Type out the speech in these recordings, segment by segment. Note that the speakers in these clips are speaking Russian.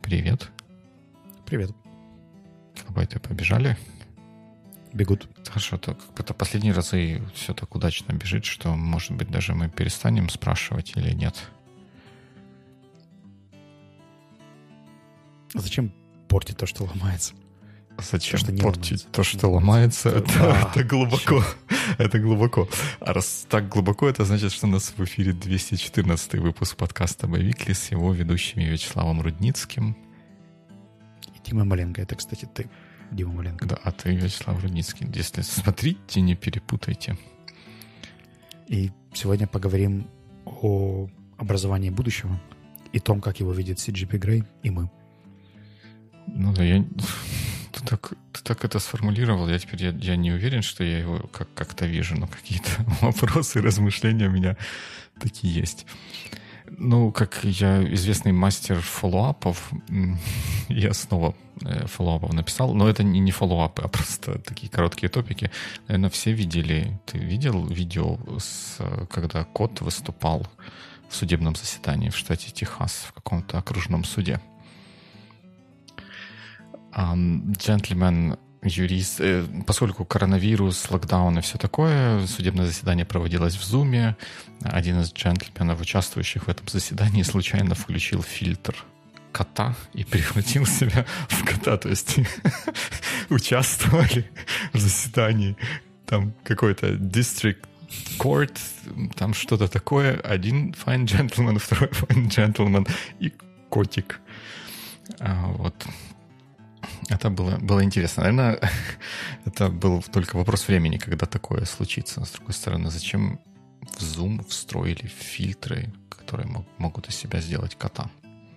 Привет. Привет. Килобайты побежали? Бегут. Хорошо, то как-то последние разы все так удачно бежит, что, может быть, даже мы перестанем спрашивать или нет. А зачем портить то, что ломается? Зачем что портить ломается. то, что ломается? Это глубоко. Черт. Это глубоко. А раз так глубоко, это значит, что у нас в эфире 214 выпуск подкаста «Боевикли» с его ведущими Вячеславом Рудницким. И Дима Маленко. Это, кстати, ты, Дима Маленко. Да, а ты Вячеслав Рудницкий. Если смотрите, не перепутайте. И сегодня поговорим о образовании будущего и том, как его видит CGP Grey и мы. Ну да, ты так это сформулировал, я не уверен, что я его как-то вижу, но какие-то вопросы и размышления у меня такие есть. Ну, как я известный мастер фоллоуапов, я снова фоллоуапов написал, но это не фоллоуапы, а просто такие короткие топики. Наверное, все видели. Ты видел видео, когда кот выступал в судебном заседании в штате Техас в каком-то окружном суде? Джентльмен, юрист, поскольку коронавирус, локдаун и все такое, судебное заседание проводилось в Zoom. Один из джентльменов, участвующих в этом заседании, случайно включил фильтр кота и превратил себя в кота. То есть участвовали в заседании. Там какой-то district court, там что-то такое. Один fine gentleman, второй fine gentleman и котик. Вот. Это было интересно. Наверное, это был только вопрос времени, когда такое случится. С другой стороны, зачем в Zoom встроили фильтры, которые могут из себя сделать кота?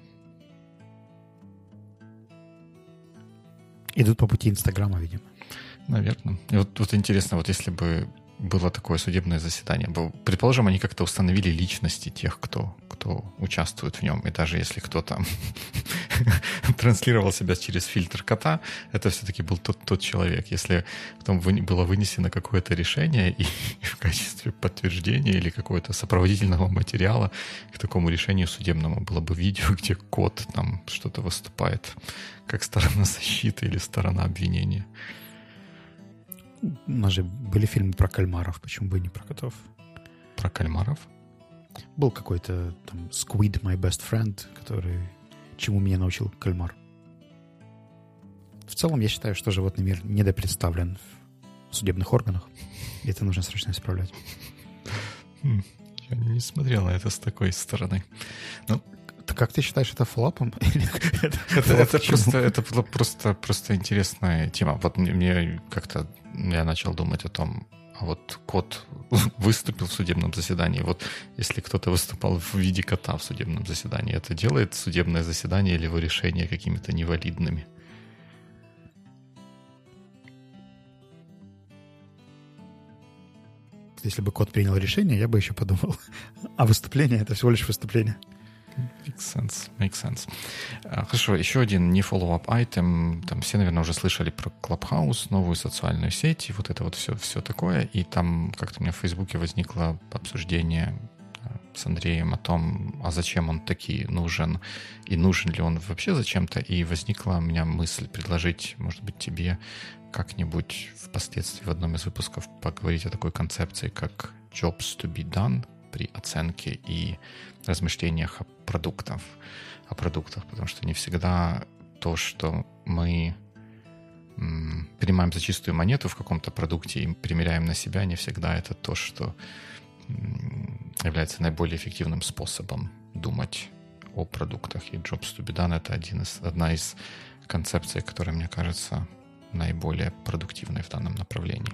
Идут по пути Инстаграма, видимо. Наверное. И вот интересно, вот если бы было такое судебное заседание, предположим, они как-то установили личности тех, кто участвует в нем, и даже если кто-то транслировал себя через фильтр кота, это все-таки был тот человек. Если потом было вынесено какое-то решение, и в качестве подтверждения или какого-то сопроводительного материала к такому решению судебному было бы видео, где кот там что-то выступает, как сторона защиты или сторона обвинения. У нас же были фильмы про кальмаров, почему бы и не про котов? Про кальмаров? Был какой-то там Squid My Best Friend, чему меня научил кальмар. В целом, я считаю, что животный мир недопредставлен в судебных органах, и это нужно срочно исправлять. Я не смотрел на это с такой стороны. Ну, как ты считаешь, это флопом? Это просто интересная тема. Вот мне как-то я начал думать о том, а вот кот выступил в судебном заседании. Вот если кто-то выступал в виде кота в судебном заседании, это делает судебное заседание или его решения какими-то невалидными? Если бы кот принял решение, я бы еще подумал. А выступление — это всего лишь выступление. Makes sense. Хорошо, еще один не follow-up item. Там все, наверное, уже слышали про Clubhouse, новую социальную сеть, и вот это вот все такое. И там как-то у меня в Фейсбуке возникло обсуждение с Андреем о том, а зачем он таки нужен, и нужен ли он вообще зачем-то. И возникла у меня мысль предложить, может быть, тебе как-нибудь впоследствии в одном из выпусков поговорить о такой концепции, как jobs to be done, при оценке и размышлениях о продуктах, потому что не всегда то, что мы принимаем за чистую монету в каком-то продукте и примеряем на себя, не всегда это то, что является наиболее эффективным способом думать о продуктах. И jobs to be done — это одна из концепций, которая, мне кажется, наиболее продуктивной в данном направлении.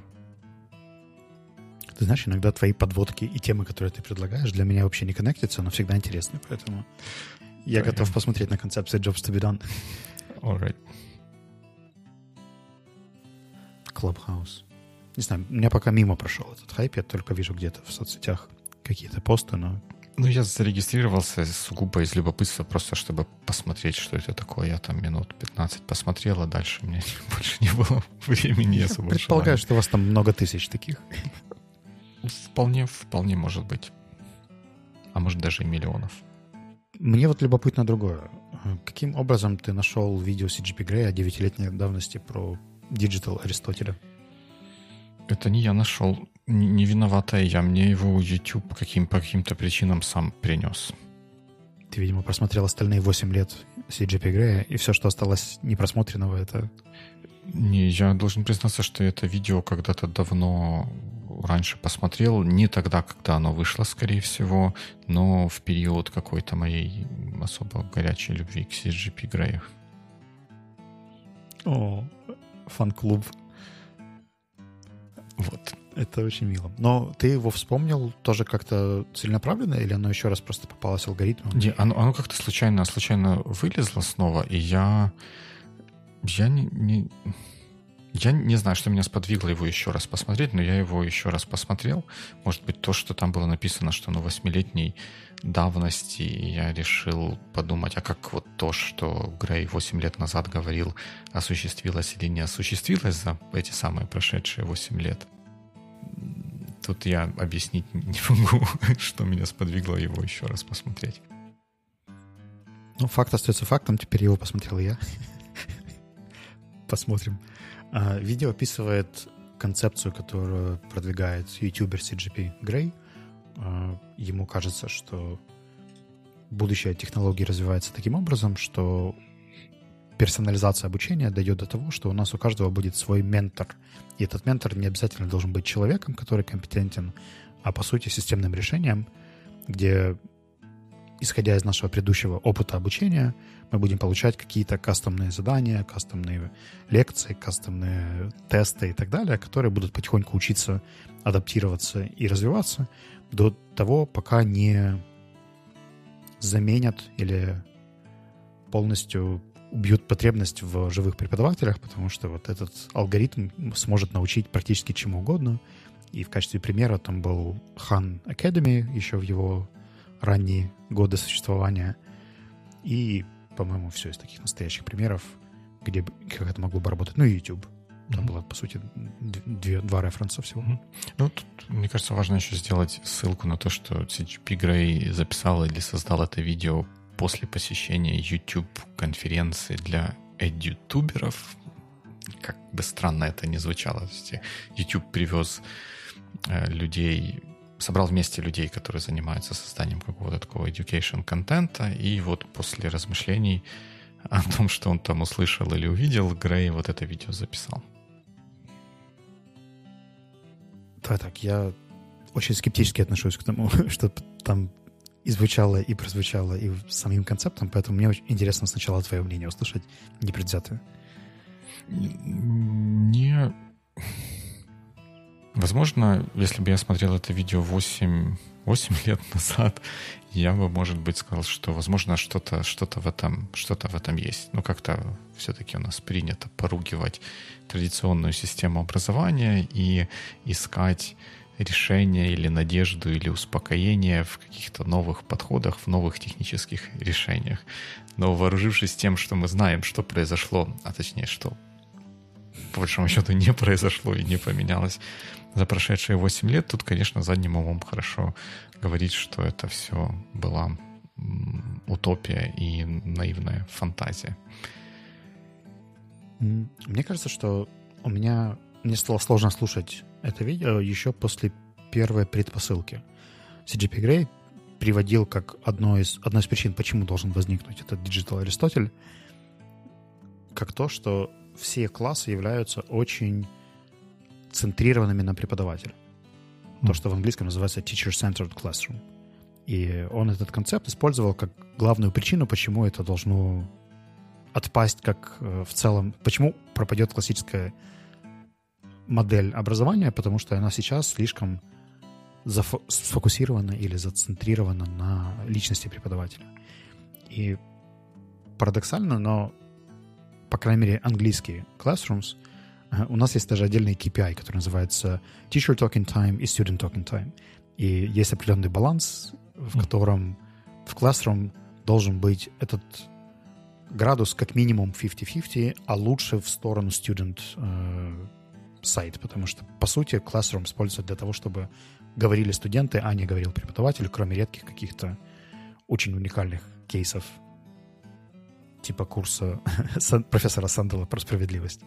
Ты знаешь, иногда твои подводки и темы, которые ты предлагаешь, для меня вообще не коннектятся, но всегда интересны, поэтому я готов посмотреть на концепцию Jobs to be done. All right. Clubhouse. Не знаю, у меня пока мимо прошел этот хайп, я только вижу где-то в соцсетях какие-то посты, но... Ну, я зарегистрировался сугубо из любопытства, просто чтобы посмотреть, что это такое. Я там минут 15 посмотрел, а дальше у меня больше не было времени. Я предполагаю, что у вас там много тысяч таких. Вполне может быть. А может даже и миллионов. Мне вот любопытно другое. Каким образом ты нашел видео CGP Grey 9-летней давности про Digital Аристотеля? Это не я нашел. Не виноватая я. Мне его YouTube по каким-то причинам сам принес. Ты, видимо, просмотрел остальные 8 лет CGP Grey, и все, что осталось непросмотренного, это... Не, я должен признаться, что это видео когда-то давно раньше посмотрел. Не тогда, когда оно вышло, скорее всего, но в период какой-то моей особо горячей любви к CGP Grey. О, фан-клуб. Вот. Это очень мило. Но ты его вспомнил тоже как-то целенаправленно, или оно еще раз просто попалось алгоритмом? Не, оно как-то случайно вылезло снова, и я не знаю, что меня сподвигло его еще раз посмотреть, но я его еще раз посмотрел. Может быть, то, что там было написано, что оно 8-летней давности, и я решил подумать, а как вот то, что Грей 8 лет назад говорил, осуществилось или не осуществилось за эти самые прошедшие 8 лет. Тут я объяснить не могу, что меня сподвигло его еще раз посмотреть. Ну, факт остается фактом, теперь его посмотрел я. Посмотрим. Видео описывает концепцию, которую продвигает ютубер CGP Grey. Ему кажется, что будущее технологий развивается таким образом, что персонализация обучения дойдет до того, что у нас у каждого будет свой ментор. И этот ментор не обязательно должен быть человеком, который компетентен, а по сути системным решением, где, исходя из нашего предыдущего опыта обучения, мы будем получать какие-то кастомные задания, кастомные лекции, кастомные тесты и так далее, которые будут потихоньку учиться, адаптироваться и развиваться до того, пока не заменят или полностью убьют потребность в живых преподавателях, потому что вот этот алгоритм сможет научить практически чему угодно. И в качестве примера там был Khan Academy еще в его ранние годы существования. И, по-моему, все из таких настоящих примеров, где как это могло бы работать. Ну и YouTube. Там было, по сути, два референса всего. Ну, тут, мне кажется, важно еще сделать ссылку на то, что CGP Grey записал или создал это видео после посещения YouTube-конференции для эдютуберов. Как бы странно это ни звучало. YouTube привез людей, собрал вместе людей, которые занимаются созданием какого-то такого education-контента, и вот после размышлений о том, что он там услышал или увидел, Грей вот это видео записал. Да, так, я очень скептически отношусь к тому, что там и звучало, и прозвучало, и самим концептом, поэтому мне очень интересно сначала твое мнение услышать, непредвзятое. Не... Возможно, если бы я смотрел это видео 8 лет назад, я бы, может быть, сказал, что, возможно, что-то в этом есть. Но как-то все-таки у нас принято поругивать традиционную систему образования и искать решение или надежду, или успокоение в каких-то новых подходах, в новых технических решениях. Но вооружившись тем, что мы знаем, что произошло, а точнее, что по большому счету не произошло и не поменялось за прошедшие 8 лет, тут, конечно, задним умом хорошо говорить, что это все была утопия и наивная фантазия. Мне кажется, что мне стало сложно слушать это видео еще после первой предпосылки. CGP Grey приводил как одной из причин, почему должен возникнуть этот Digital Аристотель, как то, что все классы являются очень центрированными на преподавателя. То, что в английском называется teacher-centered classroom. И он этот концепт использовал как главную причину, почему это должно отпасть как в целом, почему пропадет классическая модель образования, потому что она сейчас слишком сфокусирована или зацентрирована на личности преподавателя. И парадоксально, но, по крайней мере, английские classrooms, у нас есть даже отдельный KPI, который называется Teacher Talking Time и Student Talking Time. И есть определенный баланс, в котором в Classroom должен быть этот градус как минимум 50-50, а лучше в сторону Student Side, потому что, по сути, Classroom используется для того, чтобы говорили студенты, а не говорил преподаватель, кроме редких каких-то очень уникальных кейсов типа курса профессора Сандела про справедливость.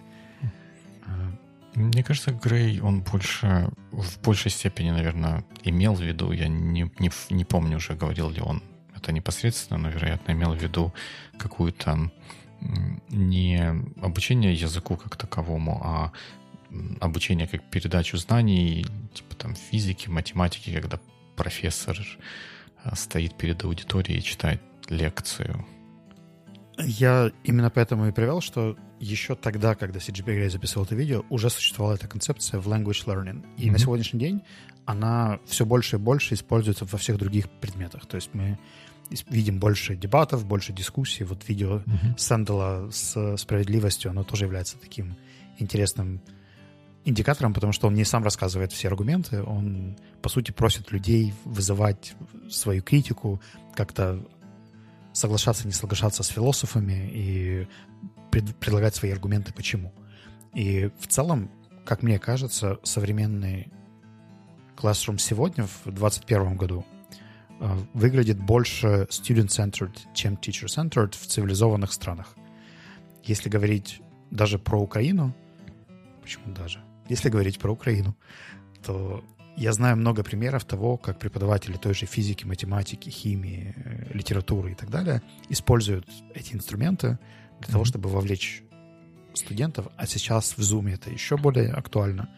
Мне кажется, Грей, он в большей степени, наверное, имел в виду, я не помню уже, говорил ли он это непосредственно, но, вероятно, имел в виду какую-то не обучение языку как таковому, а обучение как передачу знаний, типа там физики, математики, когда профессор стоит перед аудиторией и читает лекцию. Я именно поэтому и привел, что еще тогда, когда CGP Grey записывал это видео, уже существовала эта концепция в language learning. И на сегодняшний день она все больше и больше используется во всех других предметах. То есть мы видим больше дебатов, больше дискуссий. Вот видео Сэндела с справедливостью, оно тоже является таким интересным индикатором, потому что он не сам рассказывает все аргументы, он, по сути, просит людей вызывать свою критику, как-то соглашаться, не соглашаться с философами и предлагать свои аргументы, почему. И в целом, как мне кажется, современный Classroom сегодня, в 2021 году, выглядит больше student-centered, чем teacher-centered в цивилизованных странах. Если говорить даже про Украину, почему даже? Если говорить про Украину, то я знаю много примеров того, как преподаватели той же физики, математики, химии, литературы и так далее используют эти инструменты для того, чтобы вовлечь студентов, а сейчас в Zoom это еще более актуально,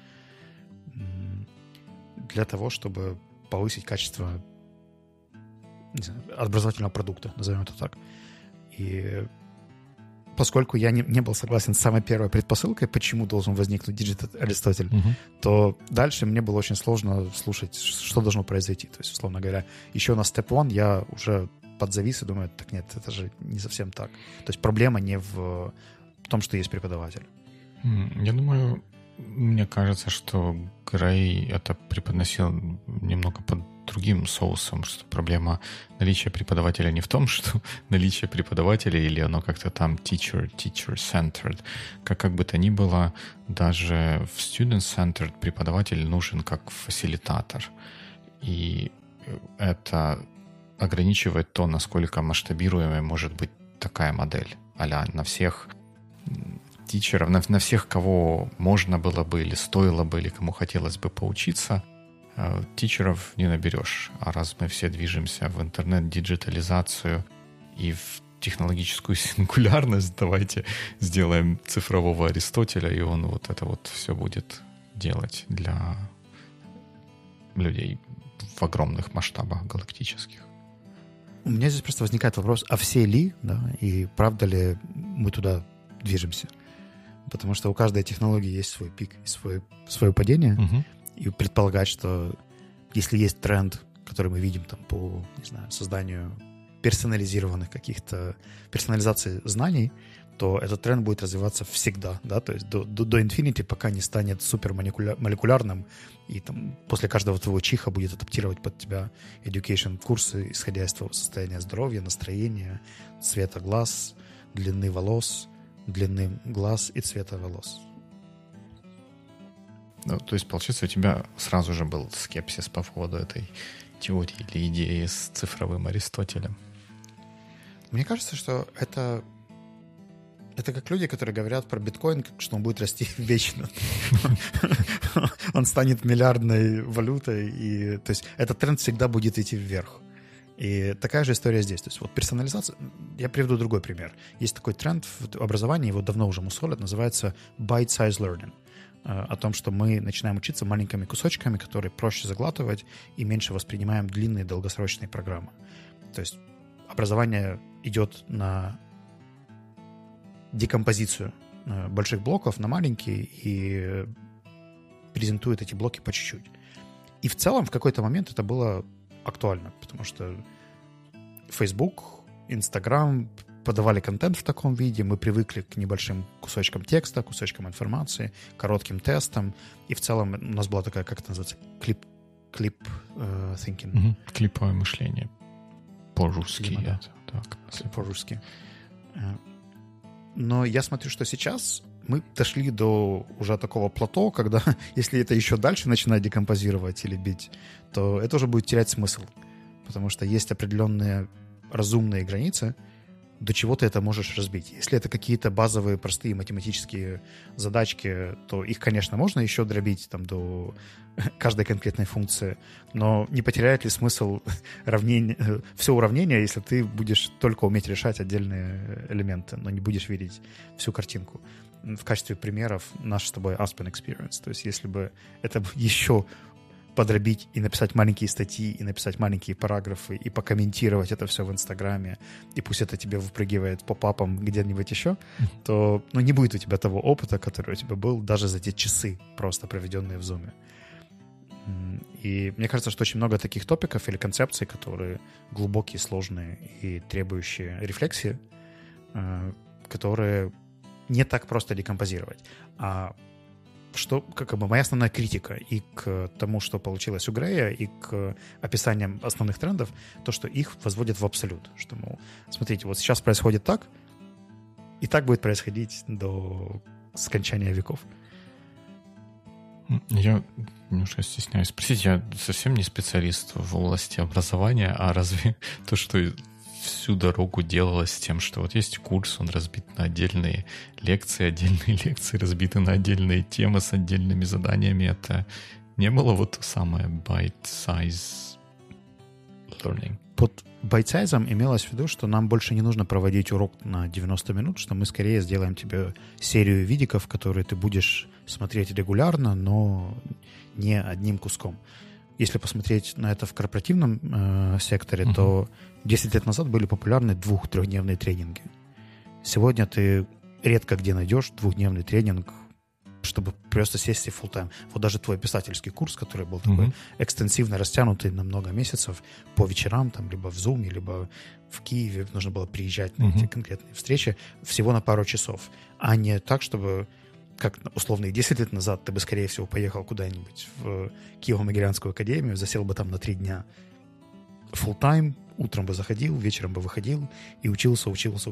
для того, чтобы повысить качество, не знаю, образовательного продукта, назовем это так. И поскольку я не был согласен с самой первой предпосылкой, почему должен возникнуть Digital Аристотель, то дальше мне было очень сложно слушать, что должно произойти. То есть, условно говоря, еще на Step One я уже подзавис и думаю, так нет, это же не совсем так. То есть проблема не в том, что есть преподаватель. Я думаю, мне кажется, что Грей это преподносил немного под другим соусом, что проблема наличия преподавателя не в том, что наличие преподавателя или оно как-то там teacher-centered. Как бы то ни было, даже в student-centered преподаватель нужен как фасилитатор. И это ограничивает то, насколько масштабируемой может быть такая модель. А-ля на всех тичеров, на всех, кого можно было бы или стоило бы, или кому хотелось бы поучиться, тичеров не наберешь. А раз мы все движемся в интернет-диджитализацию и в технологическую сингулярность, давайте сделаем цифрового Аристотеля, и он вот это вот все будет делать для людей в огромных масштабах галактических. У меня здесь просто возникает вопрос, а все ли, да, и правда ли мы туда движемся? Потому что у каждой технологии есть свой пик и свое падение. И предполагать, что если есть тренд, который мы видим там по, не знаю, созданию персонализированных каких-то, персонализации знаний, то этот тренд будет развиваться всегда, да, то есть до infinity, пока не станет супермолекулярным, и там после каждого твоего чиха будет адаптировать под тебя education курсы, исходя из твоего состояния здоровья, настроения, цвета глаз, длины волос, длины глаз и цвета волос. Ну, то есть, получается, у тебя сразу же был скепсис по поводу этой теории или идеи с цифровым Аристотелем. Мне кажется, что это как люди, которые говорят про биткоин, что он будет расти вечно. Он станет миллиардной валютой. И, то есть этот тренд всегда будет идти вверх. И такая же история здесь. То есть вот персонализация... Я приведу другой пример. Есть такой тренд в образовании, его давно уже мусолят, называется bite-size learning. О том, что мы начинаем учиться маленькими кусочками, которые проще заглатывать, и меньше воспринимаем длинные долгосрочные программы. То есть образование идет на декомпозицию больших блоков на маленькие и презентует эти блоки по чуть-чуть. И в целом в какой-то момент это было актуально, потому что Facebook, Instagram подавали контент в таком виде, мы привыкли к небольшим кусочкам текста, кусочкам информации, коротким тестам, и в целом у нас была такая, как это называется, клип thinking. Клиповое мышление. По-русски. Да. По-русски. Но я смотрю, что сейчас мы дошли до уже такого плато, когда если это еще дальше начинать декомпозировать или бить, то это уже будет терять смысл. Потому что есть определенные разумные границы, до чего ты это можешь разбить. Если это какие-то базовые, простые математические задачки, то их, конечно, можно еще дробить там, до каждой конкретной функции, но не потеряет ли смысл все уравнение, если ты будешь только уметь решать отдельные элементы, но не будешь видеть всю картинку? В качестве примеров наш с тобой Aspen Experience. То есть если бы это еще подробить и написать маленькие статьи, и написать маленькие параграфы, и покомментировать это все в Инстаграме, и пусть это тебе выпрыгивает поп-апом где-нибудь еще, то не будет у тебя того опыта, который у тебя был даже за те часы, просто проведенные в Zoom. И мне кажется, что очень много таких топиков или концепций, которые глубокие, сложные и требующие рефлексии, которые не так просто декомпозировать. А что, как бы, моя основная критика и к тому, что получилось у Грея, и к описаниям основных трендов, то, что их возводят в абсолют. Что, мол, смотрите, вот сейчас происходит так, и так будет происходить до скончания веков. Я немножко стесняюсь спросить, я совсем не специалист в области образования, а разве то, что всю дорогу делалось с тем, что вот есть курс, он разбит на отдельные лекции разбиты на отдельные темы с отдельными заданиями, это не было вот то самое bite-size learning? Под bite-size имелось в виду, что нам больше не нужно проводить урок на 90 минут, что мы скорее сделаем тебе серию видиков, которые ты будешь смотреть регулярно, но не одним куском. Если посмотреть на это в корпоративном секторе, то 10 лет назад были популярны 2-3-дневные тренинги. Сегодня ты редко где найдешь 2-дневный тренинг, чтобы просто сесть и full-time. Вот даже твой писательский курс, который был такой экстенсивно растянутый на много месяцев, по вечерам, там, либо в Zoom, либо в Киеве нужно было приезжать на эти конкретные встречи всего на пару часов, а не так, чтобы, как условно 10 лет назад, ты бы, скорее всего, поехал куда-нибудь в Киево-Могилянскую академию, засел бы там на 3 дня full-time, утром бы заходил, вечером бы выходил и учился.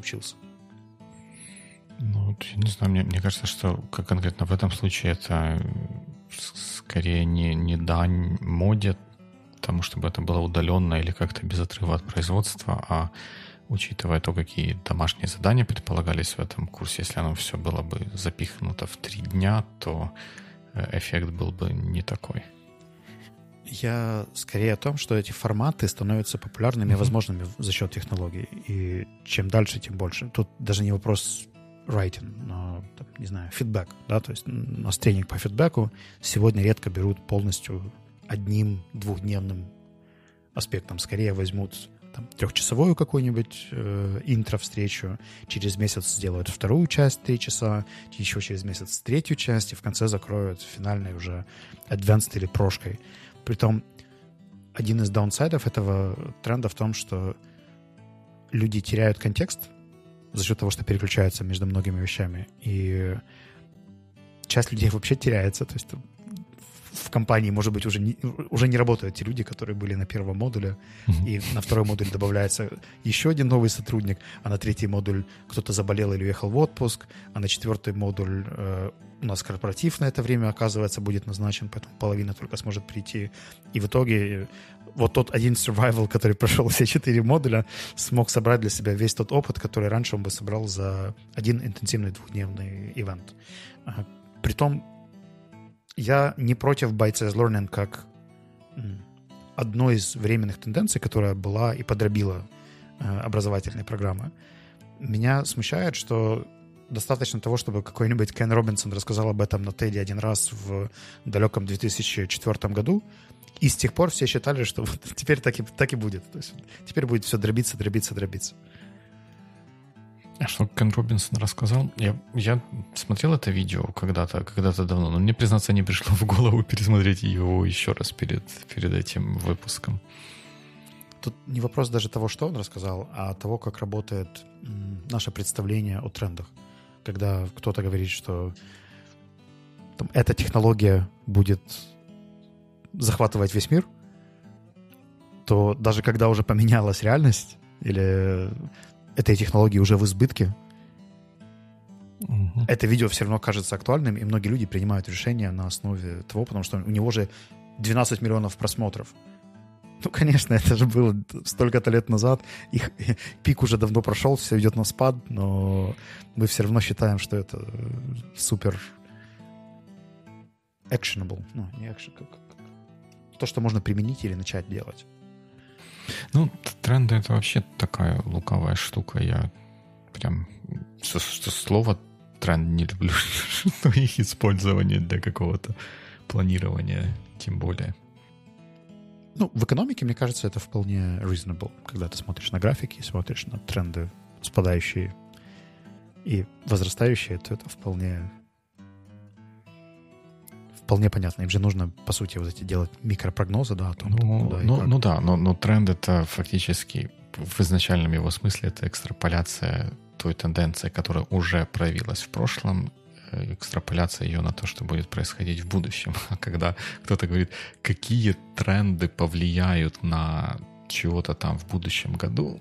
Ну, я не знаю, мне кажется, что конкретно в этом случае это скорее не дань моде, тому, чтобы это было удаленно или как-то без отрыва от производства, а учитывая то, какие домашние задания предполагались в этом курсе, если оно все было бы запихнуто в 3 дня, то эффект был бы не такой. Я скорее о том, что эти форматы становятся популярными и возможными за счет технологий. И чем дальше, тем больше. Тут даже не вопрос writing, но, там, не знаю, фидбэк. Да? То есть у нас тренинг по фидбэку сегодня редко берут полностью 1-2-дневным аспектом. Скорее возьмут там 3-часовую какую-нибудь интро-встречу, через месяц сделают 2-ю часть 3 часа, еще через месяц 3-ю часть, и в конце закроют финальной уже advanced или прошкой. Притом один из даунсайдов этого тренда в том, что люди теряют контекст за счет того, что переключаются между многими вещами. И часть людей вообще теряется. То есть в компании, может быть, уже не работают те люди, которые были на первом модуле, и на 2-й модуль добавляется еще один новый сотрудник, а на 3-й модуль кто-то заболел или уехал в отпуск, а на 4-й модуль у нас корпоратив на это время, оказывается, будет назначен, поэтому половина только сможет прийти. И в итоге вот тот один survival, который прошел все 4 модуля, смог собрать для себя весь тот опыт, который раньше он бы собрал за один интенсивный 2-дневный ивент. Притом я не против bite-size learning как одной из временных тенденций, которая была и подробила образовательные программы. Меня смущает, что достаточно того, чтобы какой-нибудь Кен Робинсон рассказал об этом на TED один раз в далеком 2004 году, и с тех пор все считали, что вот теперь так и будет. То есть теперь будет все дробиться. А что Кен Робинсон рассказал? Я смотрел это видео когда-то давно, но мне, признаться, не пришло в голову пересмотреть его еще раз перед этим выпуском. Тут не вопрос даже того, что он рассказал, а того, как работает наше представление о трендах. Когда кто-то говорит, что там, эта технология будет захватывать весь мир, то даже когда уже поменялась реальность или этой технологии уже в избытке, это видео все равно кажется актуальным, и многие люди принимают решения на основе того, потому что у него же 12 миллионов просмотров. Ну, конечно, это же было столько-то лет назад. Их пик уже давно прошел, все идет на спад, но мы все равно считаем, что это супер actionable. Ну, не action, то, что можно применить или начать делать. Ну, тренды — это вообще такая лукавая штука. Я прям слово тренд не люблю, но их использование для какого-то планирования тем более. Ну, в экономике, мне кажется, это вполне reasonable, когда ты смотришь на графики, смотришь на тренды спадающие и возрастающие, то это вполне понятно. Им же нужно, по сути, вот эти делать микропрогнозы, да, о том, куда и как. Ну да, но тренд — это фактически в изначальном его смысле это экстраполяция той тенденции, которая уже проявилась в прошлом, экстраполяция ее на то, что будет происходить в будущем. А когда кто-то говорит, какие тренды повлияют на чего-то там в будущем году,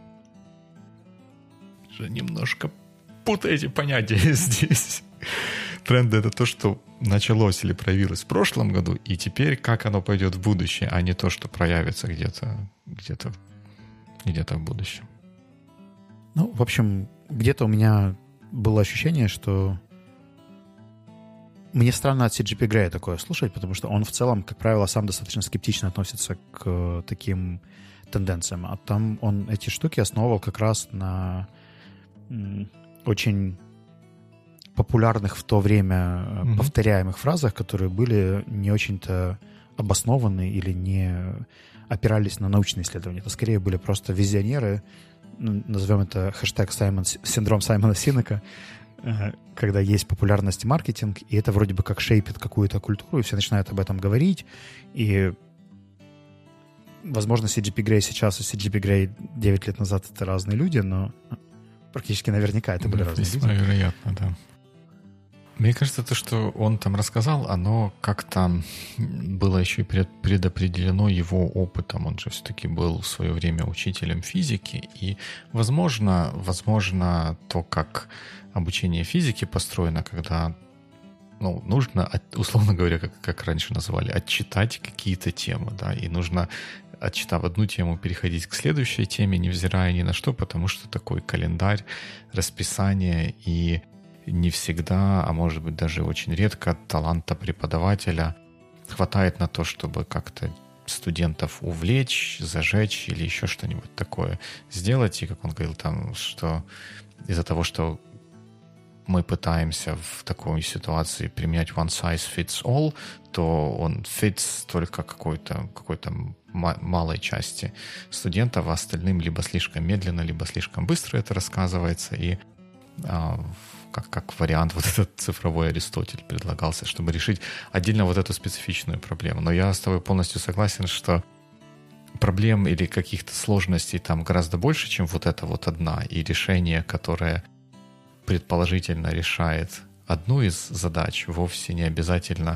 вы же немножко путаете понятия здесь. Тренды — это то, что началось или проявилось в прошлом году, и теперь как оно пойдет в будущее, а не то, что проявится где-то в будущем. Ну, в общем, где-то у меня было ощущение, что мне странно от CGP Grey такое слушать, потому что он в целом, как правило, сам достаточно скептично относится к таким тенденциям. А там он эти штуки основывал как раз на очень популярных в то время повторяемых фразах, которые были не очень-то обоснованы или не опирались на научные исследования. Это скорее были просто визионеры, назовем это хэштег синдром Саймона Синека, когда есть популярность и маркетинг, и это вроде бы как шейпит какую-то культуру, и все начинают об этом говорить, и возможно, CGP Grey сейчас и CGP Grey 9 лет назад это разные люди, но практически наверняка это были разные люди. Вероятно, да. Мне кажется, то, что он там рассказал, оно как-то было еще и предопределено его опытом. Он же все-таки был в свое время учителем физики, и, возможно, то, как обучение физики построено, когда нужно, условно говоря, как раньше называли, отчитать какие-то темы, да, и нужно, отчитав одну тему, переходить к следующей теме, невзирая ни на что, потому что такой календарь, расписание, и не всегда, а может быть даже очень редко таланта преподавателя хватает на то, чтобы как-то студентов увлечь, зажечь или еще что-нибудь такое сделать. И как он говорил там, что из-за того, что мы пытаемся в такой ситуации применять one size fits all, то он fits только какой-то малой части студентов, а остальным либо слишком медленно, либо слишком быстро это рассказывается. И как вариант вот этот цифровой Аристотель предлагался, чтобы решить отдельно вот эту специфичную проблему. Но я с тобой полностью согласен, что проблем или каких-то сложностей там гораздо больше, чем вот эта вот одна, и решение, которое предположительно решает одну из задач, вовсе не обязательно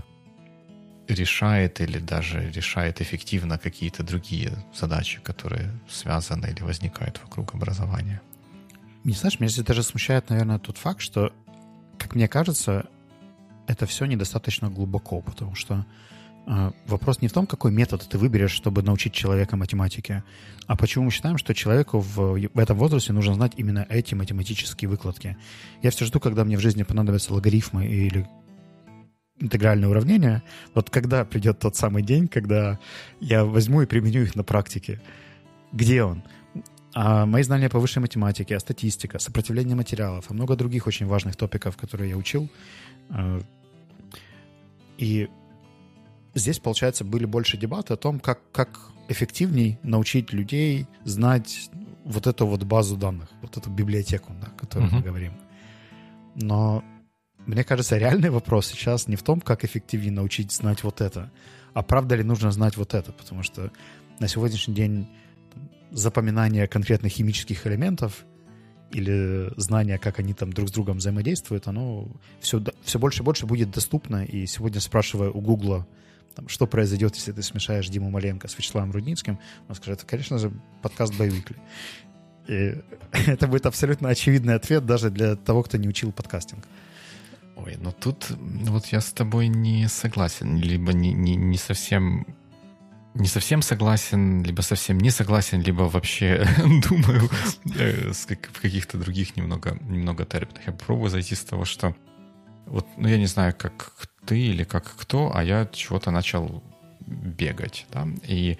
решает или даже решает эффективно какие-то другие задачи, которые связаны или возникают вокруг образования. Не знаешь, меня здесь даже смущает, наверное, тот факт, что, как мне кажется, это все недостаточно глубоко, потому что вопрос не в том, какой метод ты выберешь, чтобы научить человека математике, а почему мы считаем, что человеку в этом возрасте нужно знать именно эти математические выкладки. Я все жду, когда мне в жизни понадобятся логарифмы или интегральные уравнения. Вот когда придет тот самый день, когда я возьму и применю их на практике. Где он? А мои знания по высшей математике, статистика, сопротивление материалов, и много других очень важных топиков, которые я учил. И здесь, получается, были больше дебаты о том, как эффективней научить людей знать вот эту вот базу данных, вот эту библиотеку, да, о которой мы говорим. Но мне кажется, реальный вопрос сейчас не в том, как эффективнее научить знать вот это, а правда ли нужно знать вот это, потому что на сегодняшний день запоминание конкретных химических элементов или знание, как они там друг с другом взаимодействуют, оно все больше и больше будет доступно. И сегодня, спрашивая у Гугла, что произойдет, если ты смешаешь Диму Маленко с Вячеславом Рудницким, он скажет, это, конечно же, подкаст Байвикли. И это будет абсолютно очевидный ответ даже для того, кто не учил подкастинг. Ой, но тут вот я с тобой не согласен, либо не совсем не совсем согласен, либо совсем не согласен, либо вообще думаю в каких-то других немного терминах. Я попробую зайти с того, что вот, ну, я не знаю, как ты или как кто, а я чего-то начал бегать, да, и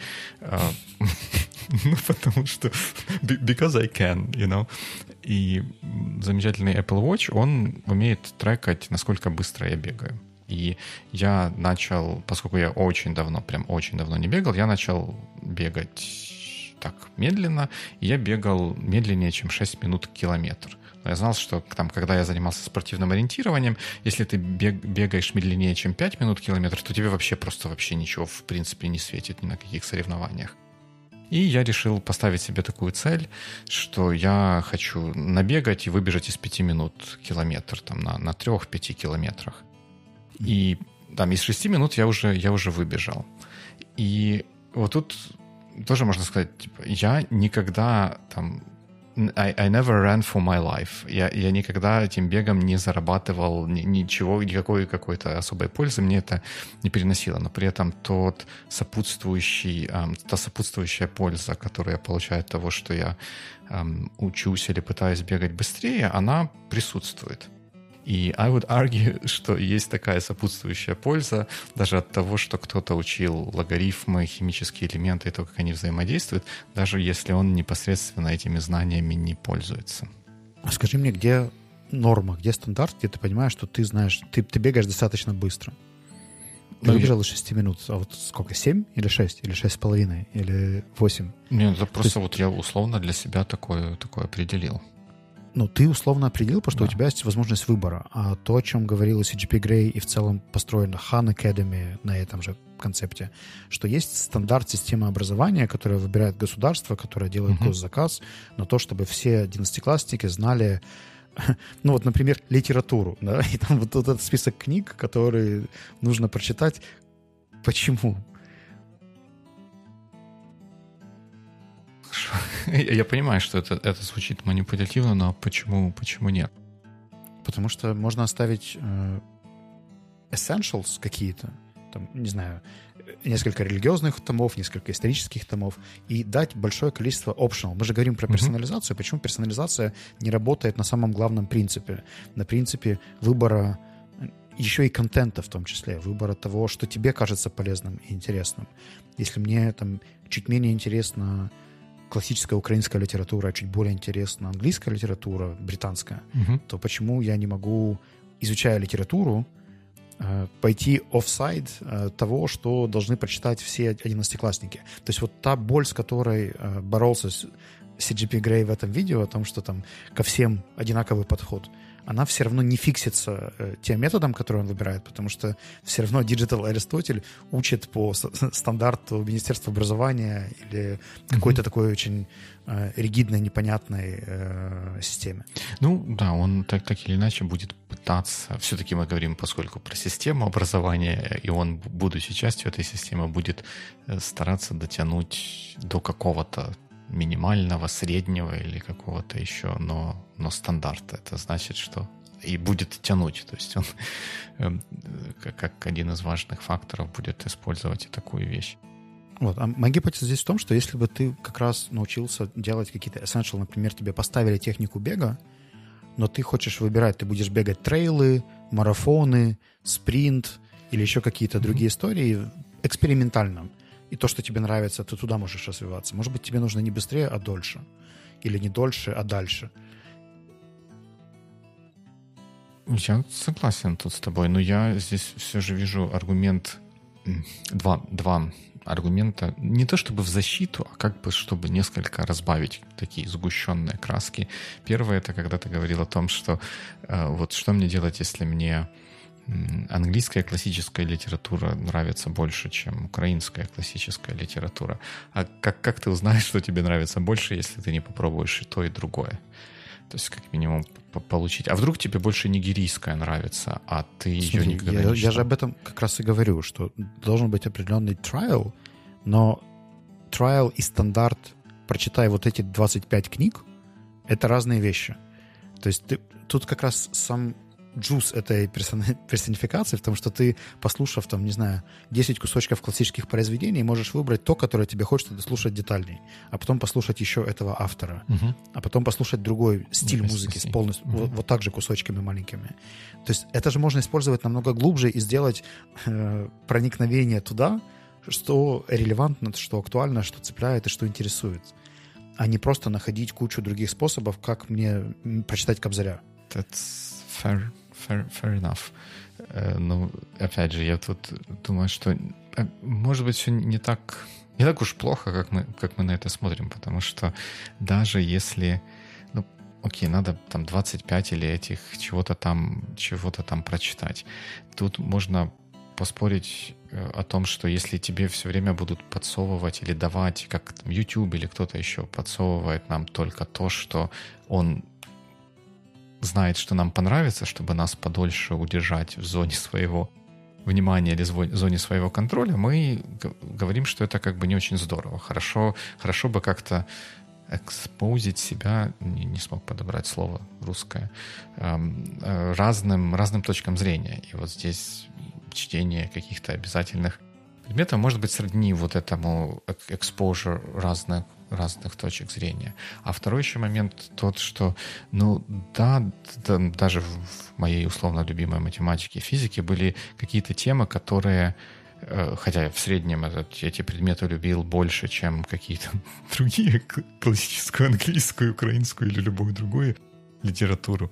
ну, потому что because I can, you know, и замечательный Apple Watch, он умеет трекать, насколько быстро я бегаю. И я начал, поскольку я прям очень давно не бегал, я начал бегать так медленно, и я бегал медленнее, чем 6 минут километр. Я знал, что там, когда я занимался спортивным ориентированием, если ты бегаешь медленнее, чем 5 минут километр, то тебе вообще ничего в принципе не светит ни на каких соревнованиях. И я решил поставить себе такую цель, что я хочу набегать и выбежать из 5 минут километр там, на 3-5 километрах. И там из 6 минут я уже выбежал. И вот тут тоже можно сказать, типа, я никогда там... I never ran for my life. Я никогда этим бегом не зарабатывал ничего, никакой какой-то особой пользы мне это не переносило. Но при этом та сопутствующая польза, которую я получаю от того, что я учусь или пытаюсь бегать быстрее, она присутствует. И I would argue, что есть такая сопутствующая польза даже от того, что кто-то учил логарифмы, химические элементы и то, как они взаимодействуют, даже если он непосредственно этими знаниями не пользуется. А скажи мне, где норма, где стандарт, где ты понимаешь, что ты знаешь, ты бегаешь достаточно быстро? Ты выбежал из 6 минут, а вот сколько, 7 или 6, или 6,5, или 8? Нет, это просто вот я условно для себя такое определил. Ну, ты условно определил, потому что у тебя есть возможность выбора. А то, о чем говорил CGP Grey и в целом построена Khan Academy на этом же концепте, что есть стандарт системы образования, которая выбирает государство, которое делает госзаказ на то, чтобы все 11-классники знали, ну вот, например, литературу, да, и там вот этот список книг, которые нужно прочитать. Почему? Я понимаю, что это звучит манипулятивно, но почему нет? Потому что можно оставить essentials какие-то, там, не знаю, несколько религиозных томов, несколько исторических томов, и дать большое количество optional. Мы же говорим про персонализацию. Почему персонализация не работает на самом главном принципе? На принципе выбора еще и контента в том числе, выбора того, что тебе кажется полезным и интересным. Если мне там чуть менее интересно классическая украинская литература, чуть более интересна английская литература, британская, то почему я не могу, изучая литературу, пойти офсайд того, что должны прочитать все 11-классники? То есть вот та боль, с которой боролся CGP Grey в этом видео, о том, что там ко всем одинаковый подход, она все равно не фиксится тем методом, который он выбирает, потому что все равно Digital Аристотель учит по стандарту Министерства образования или какой-то такой очень ригидной, непонятной системе. Ну, да, он так или иначе будет пытаться, все-таки мы говорим, поскольку про систему образования, и он, будучи частью этой системы, будет стараться дотянуть до какого-то минимального, среднего или какого-то еще, но стандарта. Это значит, что и будет тянуть. То есть он как один из важных факторов будет использовать и такую вещь. Вот. А моя гипотеза здесь в том, что если бы ты как раз научился делать какие-то essential, например, тебе поставили технику бега, но ты хочешь выбирать, ты будешь бегать трейлы, марафоны, спринт или еще какие-то другие истории экспериментально. И то, что тебе нравится, ты туда можешь развиваться. Может быть, тебе нужно не быстрее, а дольше. Или не дольше, а дальше. Я согласен тут с тобой, но я здесь все же вижу аргумент, два аргумента, не то чтобы в защиту, а как бы чтобы несколько разбавить такие сгущенные краски. Первое — это когда ты говорил о том, что вот что мне делать, если мне английская классическая литература нравится больше, чем украинская классическая литература. А как ты узнаешь, что тебе нравится больше, если ты не попробуешь и то, и другое? То есть, как минимум, получить. А вдруг тебе больше нигерийская нравится, а ты ее никогда не читал? Я же об этом как раз и говорю, что должен быть определенный trial, но trial и стандарт, прочитай вот эти 25 книг, это разные вещи. То есть тут как раз сам джуз этой персонификации в том, что ты, послушав, там, не знаю, 10 кусочков классических произведений, можешь выбрать то, которое тебе хочется дослушать детальней, а потом послушать еще этого автора, а потом послушать другой стиль музыки с полностью, вот так же кусочками маленькими. То есть это же можно использовать намного глубже и сделать проникновение туда, что релевантно, что актуально, что цепляет и что интересует, а не просто находить кучу других способов, как мне прочитать Кобзаря. That's fair enough. Ну, опять же, я тут думаю, что, может быть, все не так уж плохо, как мы на это смотрим, потому что даже если, ну, окей, надо там 25 или этих чего-то там прочитать, тут можно поспорить о том, что если тебе все время будут подсовывать или давать, как там YouTube или кто-то еще подсовывает нам только то, что он знает, что нам понравится, чтобы нас подольше удержать в зоне своего внимания или в зоне своего контроля, мы говорим, что это как бы не очень здорово. Хорошо бы как-то экспозить себя, не смог подобрать слово русское, разным точкам зрения. И вот здесь чтение каких-то обязательных предметов может быть сродни вот этому exposure разных точек зрения. А второй еще момент тот, что, ну да, даже в моей условно любимой математике и физике были какие-то темы, которые, хотя я в среднем эти предметы любил больше, чем какие-то другие, классическую английскую, украинскую или любую другую литературу,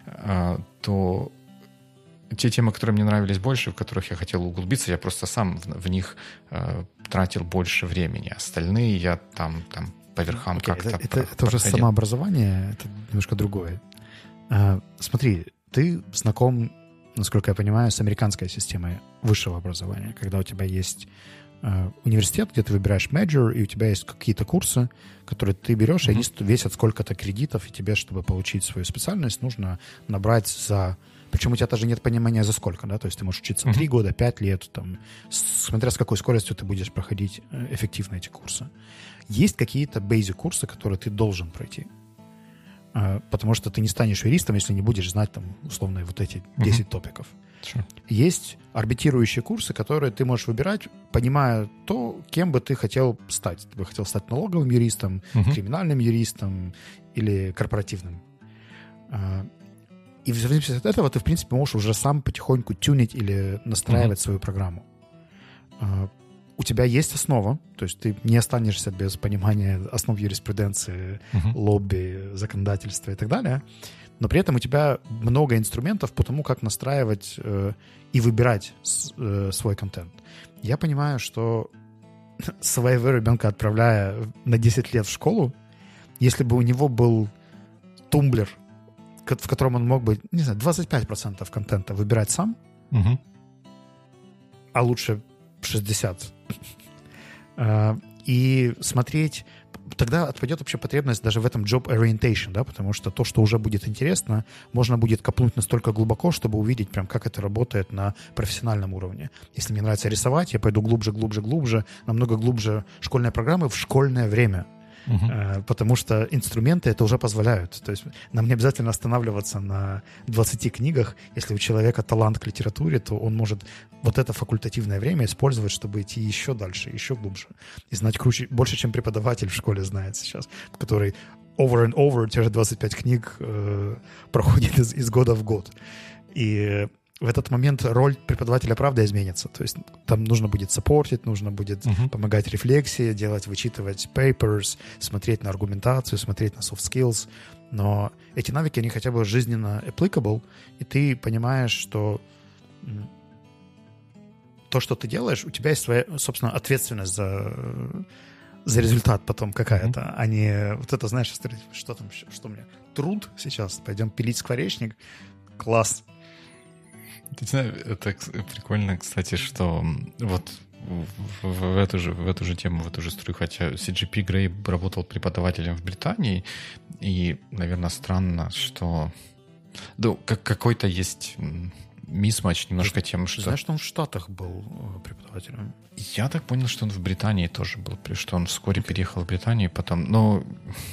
то те темы, которые мне нравились больше, в которых я хотел углубиться, я просто сам в них тратил больше времени. Остальные я там по верхам как-то это уже самообразование, это немножко другое. Смотри, ты знаком, насколько я понимаю, с американской системой высшего образования, когда у тебя есть университет, где ты выбираешь major, и у тебя есть какие-то курсы, которые ты берешь, и они весят сколько-то кредитов, и тебе, чтобы получить свою специальность, нужно набрать за... Причем у тебя даже нет понимания, за сколько, да, то есть ты можешь учиться 3 года, 5 лет, там, смотря с какой скоростью ты будешь проходить эффективно эти курсы. Есть какие-то basic-курсы, которые ты должен пройти, потому что ты не станешь юристом, если не будешь знать, там, условно, вот эти 10 топиков. Sure. Есть арбитрирующие курсы, которые ты можешь выбирать, понимая то, кем бы ты хотел стать. Ты бы хотел стать налоговым юристом, криминальным юристом или корпоративным. И в зависимости от этого ты, в принципе, можешь уже сам потихоньку тюнить или настраивать свою программу. У тебя есть основа, то есть ты не останешься без понимания основ юриспруденции, лобби, законодательства и так далее, но при этом у тебя много инструментов по тому, как настраивать и выбирать свой контент. Я понимаю, что своего ребенка отправляя на 10 лет в школу, если бы у него был тумблер, в котором он мог бы, не знаю, 25% контента выбирать сам, а лучше 60%, и смотреть, тогда отпадет вообще потребность даже в этом job orientation, да, потому что то, что уже будет интересно, можно будет копнуть настолько глубоко, чтобы увидеть прям, как это работает на профессиональном уровне. Если мне нравится рисовать, я пойду глубже, намного глубже школьной программы в школьное время. Потому что инструменты это уже позволяют. То есть нам не обязательно останавливаться на 20 книгах. Если у человека талант к литературе, то он может вот это факультативное время использовать, чтобы идти еще дальше, еще глубже. И знать больше, чем преподаватель в школе знает сейчас, который over and over те же 25 книг проходит из года в год. И в этот момент роль преподавателя, правда, изменится. То есть там нужно будет саппортить, нужно будет помогать рефлексии, вычитывать papers, смотреть на аргументацию, смотреть на soft skills. Но эти навыки, они хотя бы жизненно applicable, и ты понимаешь, что то, что ты делаешь, у тебя есть своя, собственно, ответственность за результат потом какая-то, а не вот это, знаешь, что там, что у меня? Труд сейчас, пойдем пилить скворечник. Класс. Ты знаешь, это прикольно, кстати, что вот в эту же тему, в эту же струю, хотя CGP Грей работал преподавателем в Британии, и, наверное, странно, что какой-то есть мисс-матч немножко тем, что... Знаешь, что он в Штатах был преподавателем? Я так понял, что он в Британии тоже был, что он вскоре переехал в Британию, потом... Ну,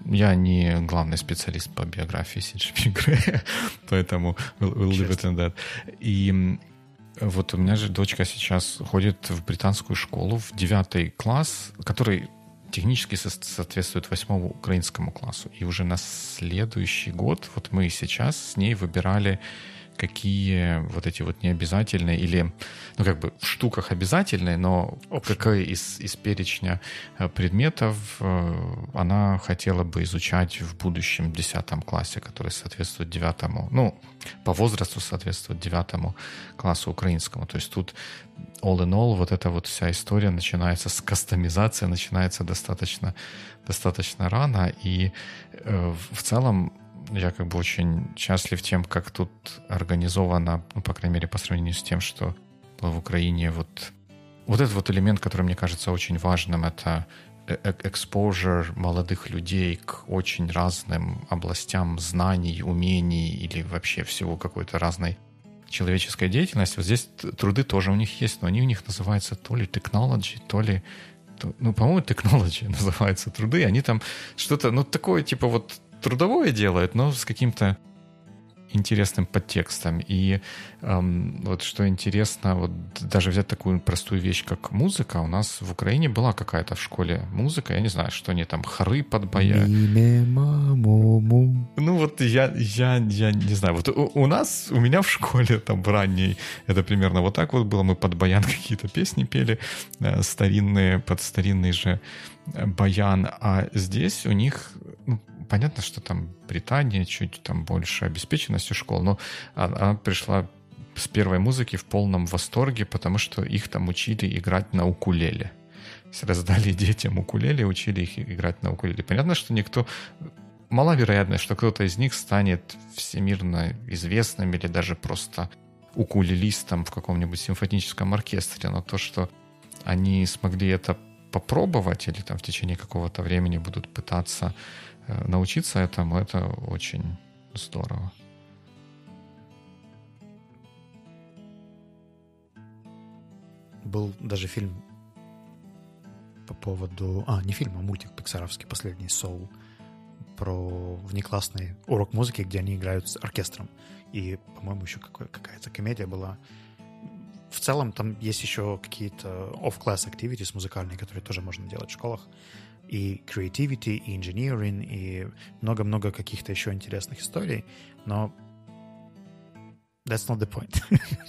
я не главный специалист по биографии Си Джинпинга Грея, поэтому we'll leave it in that. И вот у меня же дочка сейчас ходит в британскую школу в 9 класс, который технически соответствует 8 украинскому классу. И уже на следующий год вот мы сейчас с ней выбирали, какие вот эти вот необязательные или, ну, как бы в штуках обязательные, но какой из перечня предметов она хотела бы изучать в будущем 10 классе, который соответствует 9, ну, по возрасту соответствует 9 классу украинскому. То есть тут all in all вот эта вот вся история начинается с кастомизации, начинается достаточно рано, и в целом я как бы очень счастлив тем, как тут организовано, ну, по крайней мере, по сравнению с тем, что было в Украине. Вот этот вот элемент, который мне кажется очень важным, это exposure молодых людей к очень разным областям знаний, умений или вообще всего какой-то разной человеческой деятельности. Вот здесь труды тоже у них есть, но они у них называются то ли technology, то ли... Ну, по-моему, technology называются труды. Они там что-то, ну, такое типа вот трудовое делают, но с каким-то интересным подтекстом. И вот что интересно, вот даже взять такую простую вещь, как музыка. У нас в Украине была какая-то в школе музыка, я не знаю, что они там, хоры под боя. Ну вот я не знаю. Вот у меня в школе там в ранней это примерно вот так вот было. Мы под баян какие-то песни пели старинные, под старинный же баян. А здесь у них... Понятно, что там Британия чуть там больше обеспеченностью школ, но она пришла с первой музыки в полном восторге, потому что их там учили играть на укулеле. Раздали детям укулеле, учили их играть на укулеле. Понятно, что маловероятно, что кто-то из них станет всемирно известным или даже просто укулелистом в каком-нибудь симфоническом оркестре, но то, что они смогли это попробовать или там в течение какого-то времени будут пытаться научиться этому, это очень здорово. Был даже фильм по поводу... не фильм, а мультик пиксаровский, последний, Soul, про внеклассный урок музыки, где они играют с оркестром. И, по-моему, еще какая-то комедия была. В целом там есть еще какие-то off-class activities музыкальные, которые тоже можно делать в школах. И creativity, и engineering, и много-много каких-то еще интересных историй. Но that's not the point.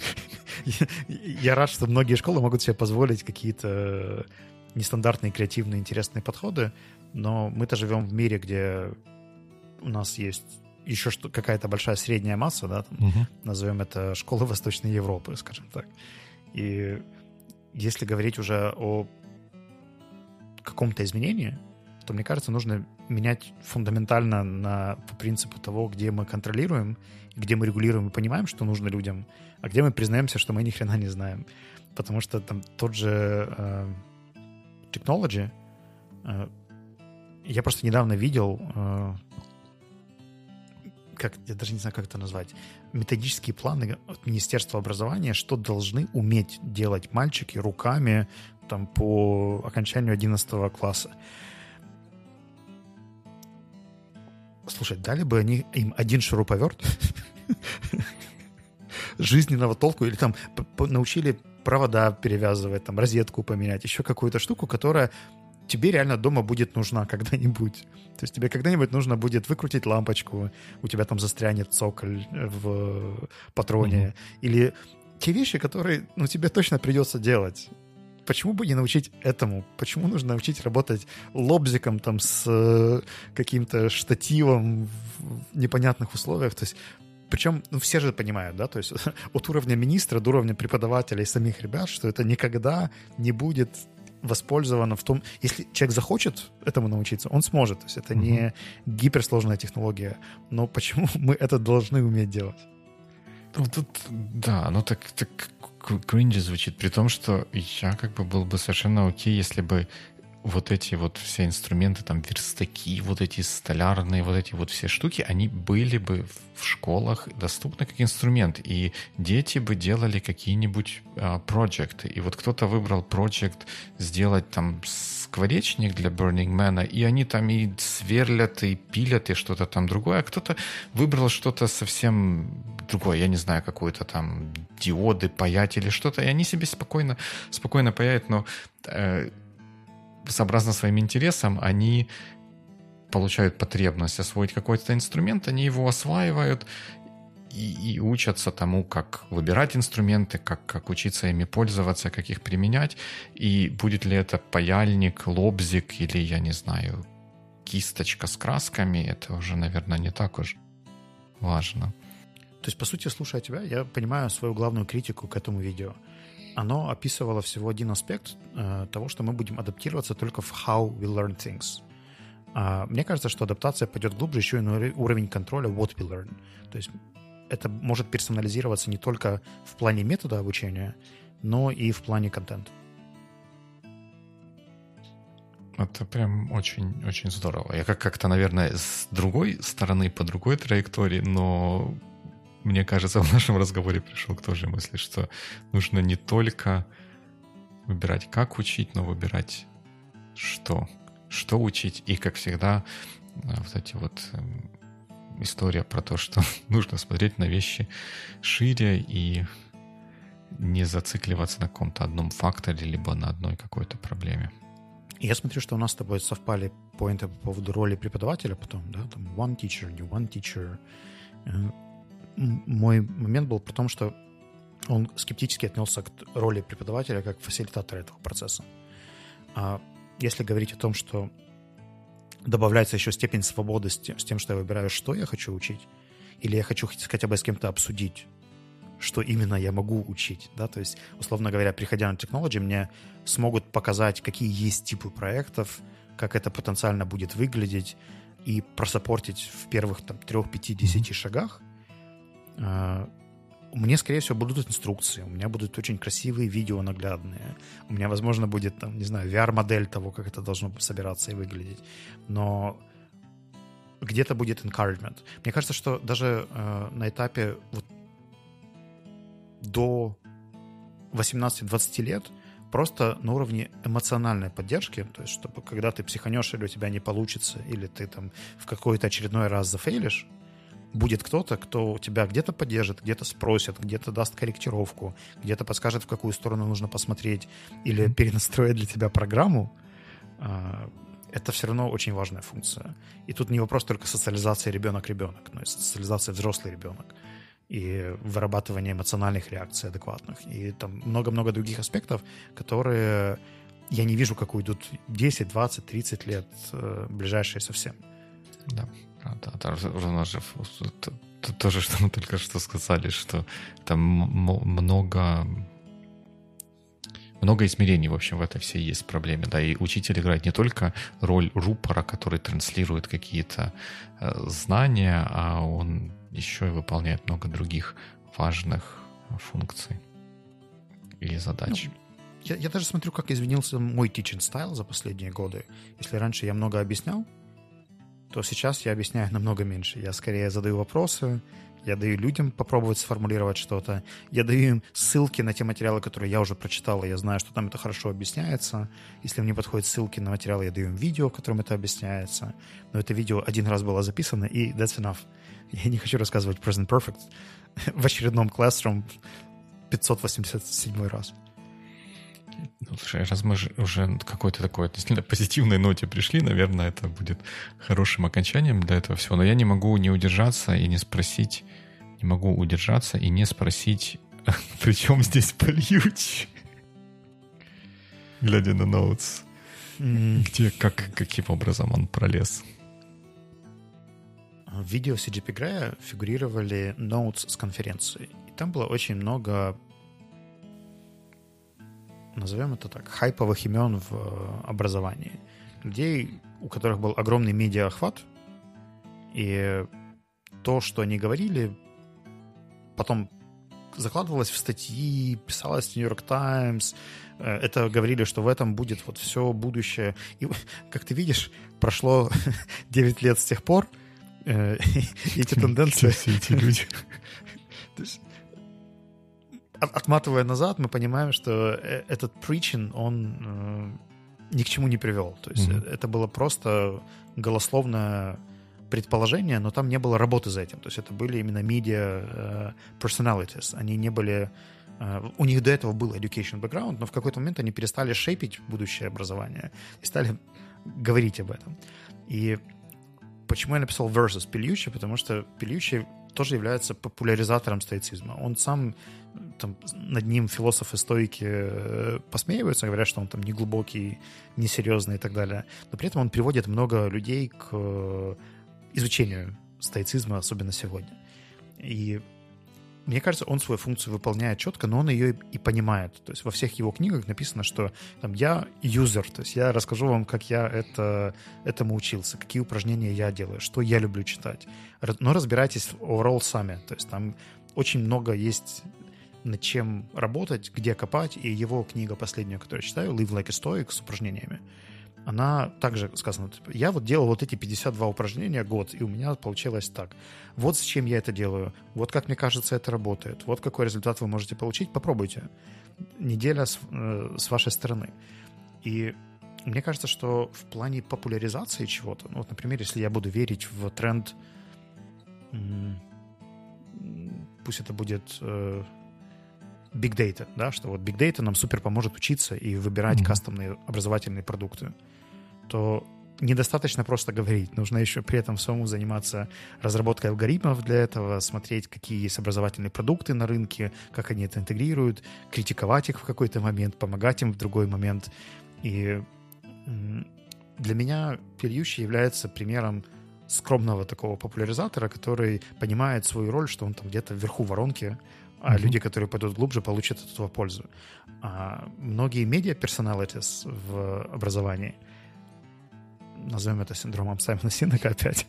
Я рад, что многие школы могут себе позволить какие-то нестандартные, креативные, интересные подходы, но мы-то живем в мире, где у нас есть еще какая-то большая средняя масса, да, там, назовем это школы Восточной Европы, скажем так. И если говорить уже о каком-то изменении, то, мне кажется, нужно менять фундаментально по принципу того, где мы контролируем, где мы регулируем и понимаем, что нужно людям, а где мы признаемся, что мы ни хрена не знаем. Потому что там тот же technology, я просто недавно видел, я даже не знаю, как это назвать, методические планы от Министерства образования, что должны уметь делать мальчики руками там, по окончанию 11 класса. Слушай, дали бы они им один шуруповерт жизненного толку, или там научили провода перевязывать, там розетку поменять, еще какую-то штуку, которая тебе реально дома будет нужна когда-нибудь. То есть тебе когда-нибудь нужно будет выкрутить лампочку, у тебя там застрянет цоколь в патроне. Или те вещи, которые, тебе точно придется делать. Почему бы не научить этому? Почему нужно научить работать лобзиком там с каким-то штативом в непонятных условиях? То есть, причем, все же понимают, да, то есть от уровня министра до уровня преподавателей самих ребят, что это никогда не будет воспользовано в том... Если человек захочет этому научиться, он сможет. То есть это не гиперсложная технология. Но почему мы это должны уметь делать? Тут, да, так кринжи звучит, при том, что я как бы был бы совершенно окей, если бы вот эти вот все инструменты, там, верстаки, вот эти столярные, вот эти вот все штуки, они были бы в школах доступны как инструмент, и дети бы делали какие-нибудь проекты. И вот кто-то выбрал проект сделать там скворечник для Burning Man, и они там и сверлят, и пилят, и что-то там другое, а кто-то выбрал что-то совсем другое, я не знаю, какую-то там диоды паять или что-то, и они себе спокойно паяют, но сообразно своим интересам, они получают потребность освоить какой-то инструмент, они его осваивают и учатся тому, как выбирать инструменты, как учиться ими пользоваться, как их применять. И будет ли это паяльник, лобзик или, я не знаю, кисточка с красками, это уже, наверное, не так уж важно. То есть, по сути, слушая тебя, я понимаю свою главную критику к этому видео. Оно описывало всего один аспект того, что мы будем адаптироваться только в how we learn things. Мне кажется, что адаптация пойдет глубже еще и на уровень контроля what we learn. То есть это может персонализироваться не только в плане метода обучения, но и в плане контента. Это прям очень-очень здорово. Я как-то, наверное, с другой стороны, по другой траектории, но мне кажется, в нашем разговоре пришел к той же мысли, что нужно не только выбирать, как учить, но выбирать, что учить. И, как всегда, вот эти вот история про то, что нужно смотреть на вещи шире и не зацикливаться на каком-то одном факторе, либо на одной какой-то проблеме. Я смотрю, что у нас с тобой совпали поинты по поводу роли преподавателя потом, да, там one teacher, new one teacher. Мой момент был про том, что он скептически отнесся к роли преподавателя как фасилитатора этого процесса. А если говорить о том, что добавляется еще степень свободы с тем, что я выбираю, что я хочу учить, или я хочу хотя бы с кем-то обсудить, что именно я могу учить, да, то есть, условно говоря, приходя на Technology, мне смогут показать, какие есть типы проектов, как это потенциально будет выглядеть, и просаппортить в первых там 3, 5, 10 шагах. Мне, скорее всего, будут инструкции, у меня будут очень красивые видео наглядные, у меня, возможно, будет, там, не знаю, VR-модель того, как это должно собираться и выглядеть, но где-то будет encouragement. Мне кажется, что даже на этапе вот до 18-20 лет просто на уровне эмоциональной поддержки, то есть чтобы когда ты психанешь или у тебя не получится, или ты там в какой-то очередной раз зафейлишь, будет кто-то, кто тебя где-то поддержит, где-то спросит, где-то даст корректировку, где-то подскажет, в какую сторону нужно посмотреть, или перенастроит для тебя программу. Это все равно очень важная функция. И тут не вопрос только социализации ребенок-ребенок, но и социализация взрослый-ребенок. И вырабатывание эмоциональных реакций адекватных. И там много-много других аспектов, которые я не вижу, как уйдут 10, 20, 30 лет ближайшие совсем. Да. Да, у нас же то же, что мы только что сказали, что там много измерений, в общем, в этой всей есть проблеме. Да, и учитель играет не только роль рупора, который транслирует какие-то знания, а он еще и выполняет много других важных функций и задач. Я даже смотрю, как изменился мой teaching style за последние годы. Если раньше я много объяснял, то сейчас я объясняю намного меньше. Я скорее задаю вопросы, я даю людям попробовать сформулировать что-то, я даю им ссылки на те материалы, которые я уже прочитал, и я знаю, что там это хорошо объясняется. Если мне подходят ссылки на материалы, я даю им видео, в котором это объясняется. Но это видео один раз было записано, и that's enough. Я не хочу рассказывать Present Perfect в очередном Classroom 587 раз. Слушай, раз мы уже какой-то такой относительно позитивной ноте пришли, наверное, это будет хорошим окончанием для этого всего. Но я не могу не удержаться и не спросить, при чем здесь Польюч? Глядя на ноутс. Где, каким образом он пролез? В видео CGP Grey фигурировали ноутс с конференции. И там было очень много, назовем это так, хайповых имен в образовании. Людей, у которых был огромный медиаохват, и то, что они говорили, потом закладывалось в статьи, писалось в Нью-Йорк Таймс. Это говорили, что в этом будет вот все будущее. И, как ты видишь, прошло 9 лет с тех пор, эти тенденции... Все эти люди. Отматывая назад, мы понимаем, что этот preaching, он ни к чему не привел. То есть это было просто голословное предположение, но там не было работы за этим. То есть это были именно media personalities. Они не были... У них до этого был education background, но в какой-то момент они перестали шейпить будущее образование и стали говорить об этом. И почему я написал versus Пельюччи? Потому что Пельюччи тоже является популяризатором стоицизма. Он сам, там, над ним философы-стоики посмеиваются, говорят, что он там неглубокий, несерьезный и так далее. Но при этом он приводит много людей к изучению стоицизма, особенно сегодня. И мне кажется, он свою функцию выполняет четко, но он ее и понимает. То есть во всех его книгах написано, что там, я юзер, то есть я расскажу вам, как я этому учился, какие упражнения я делаю, что я люблю читать. Но разбирайтесь overall сами. То есть там очень много есть над чем работать, где копать, и его книга последняя, которую я читаю, Live Like a Stoic, с упражнениями, она также сказана, я вот делал вот эти 52 упражнения год, и у меня получилось так. Вот зачем я это делаю, вот как мне кажется это работает, вот какой результат вы можете получить, попробуйте. Неделя с вашей стороны. И мне кажется, что в плане популяризации чего-то, ну вот, например, если я буду верить в тренд, пусть это будет Big Data, да, что вот Big Data нам супер поможет учиться и выбирать кастомные образовательные продукты, то недостаточно просто говорить. Нужно еще при этом самому заниматься разработкой алгоритмов для этого, смотреть, какие есть образовательные продукты на рынке, как они это интегрируют, критиковать их в какой-то момент, помогать им в другой момент. И для меня Пельюччи является примером скромного такого популяризатора, который понимает свою роль, что он там где-то вверху воронки, а люди, которые пойдут глубже, получат от этого пользу. А многие медиа-персоналитис в образовании, назовем это синдромом Саймона Синека опять,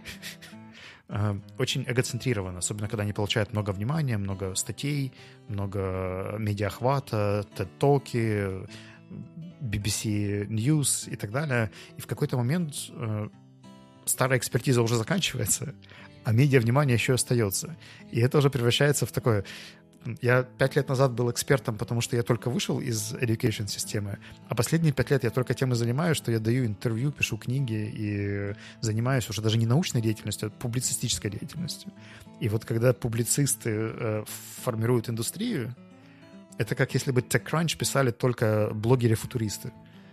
очень эгоцентрированы, особенно когда они получают много внимания, много статей, много медиахвата, TED-токи, BBC News и так далее. И в какой-то момент старая экспертиза уже заканчивается, а медиа-внимание еще остается. И это уже превращается в такое... Я 5 лет назад был экспертом, потому что я только вышел из education-системы, а последние 5 лет я только тем и занимаюсь, что я даю интервью, пишу книги и занимаюсь уже даже не научной деятельностью, а публицистической деятельностью. И вот когда публицисты формируют индустрию, это как если бы TechCrunch писали только блогеры-футуристы.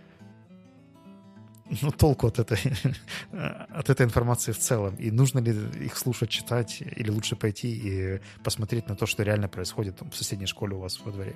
Ну, толку от этой информации в целом. И нужно ли их слушать, читать, или лучше пойти и посмотреть на то, что реально происходит там, в соседней школе у вас во дворе?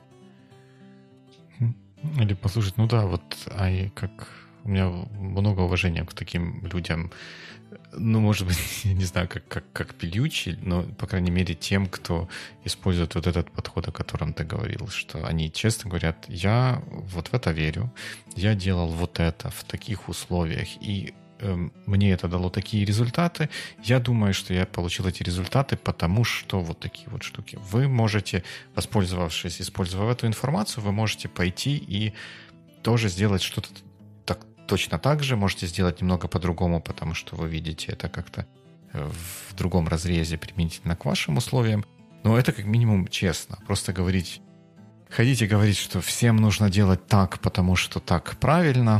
Или послушать, ну да, вот как у меня много уважения к таким людям. Ну, может быть, я не знаю, как Пельюччи, но, по крайней мере, тем, кто использует вот этот подход, о котором ты говорил, что они честно говорят, я вот в это верю, я делал вот это в таких условиях, и мне это дало такие результаты, я думаю, что я получил эти результаты, потому что вот такие вот штуки. Вы можете, используя эту информацию, вы можете пойти и тоже сделать что-то точно так же, можете сделать немного по-другому, потому что вы видите это как-то в другом разрезе применительно к вашим условиям. Но это как минимум честно. Просто ходить и говорить, что всем нужно делать так, потому что так правильно.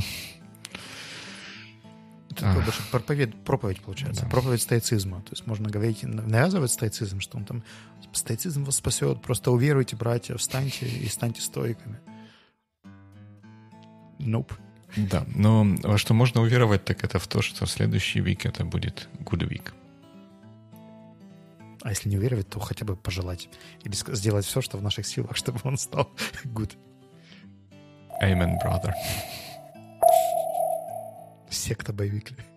Это больше проповедь получается. Да. Проповедь стоицизма. То есть можно говорить, навязывать стоицизм, что он там стоицизм вас спасет, просто уверуйте, братья, встаньте и станьте стоиками. Nope. Да, но во что можно уверовать, так это в то, что следующий week это будет good week. А если не уверовать, то хотя бы пожелать. Или сделать все, что в наших силах, чтобы он стал good. Amen, brother. Секта боевик.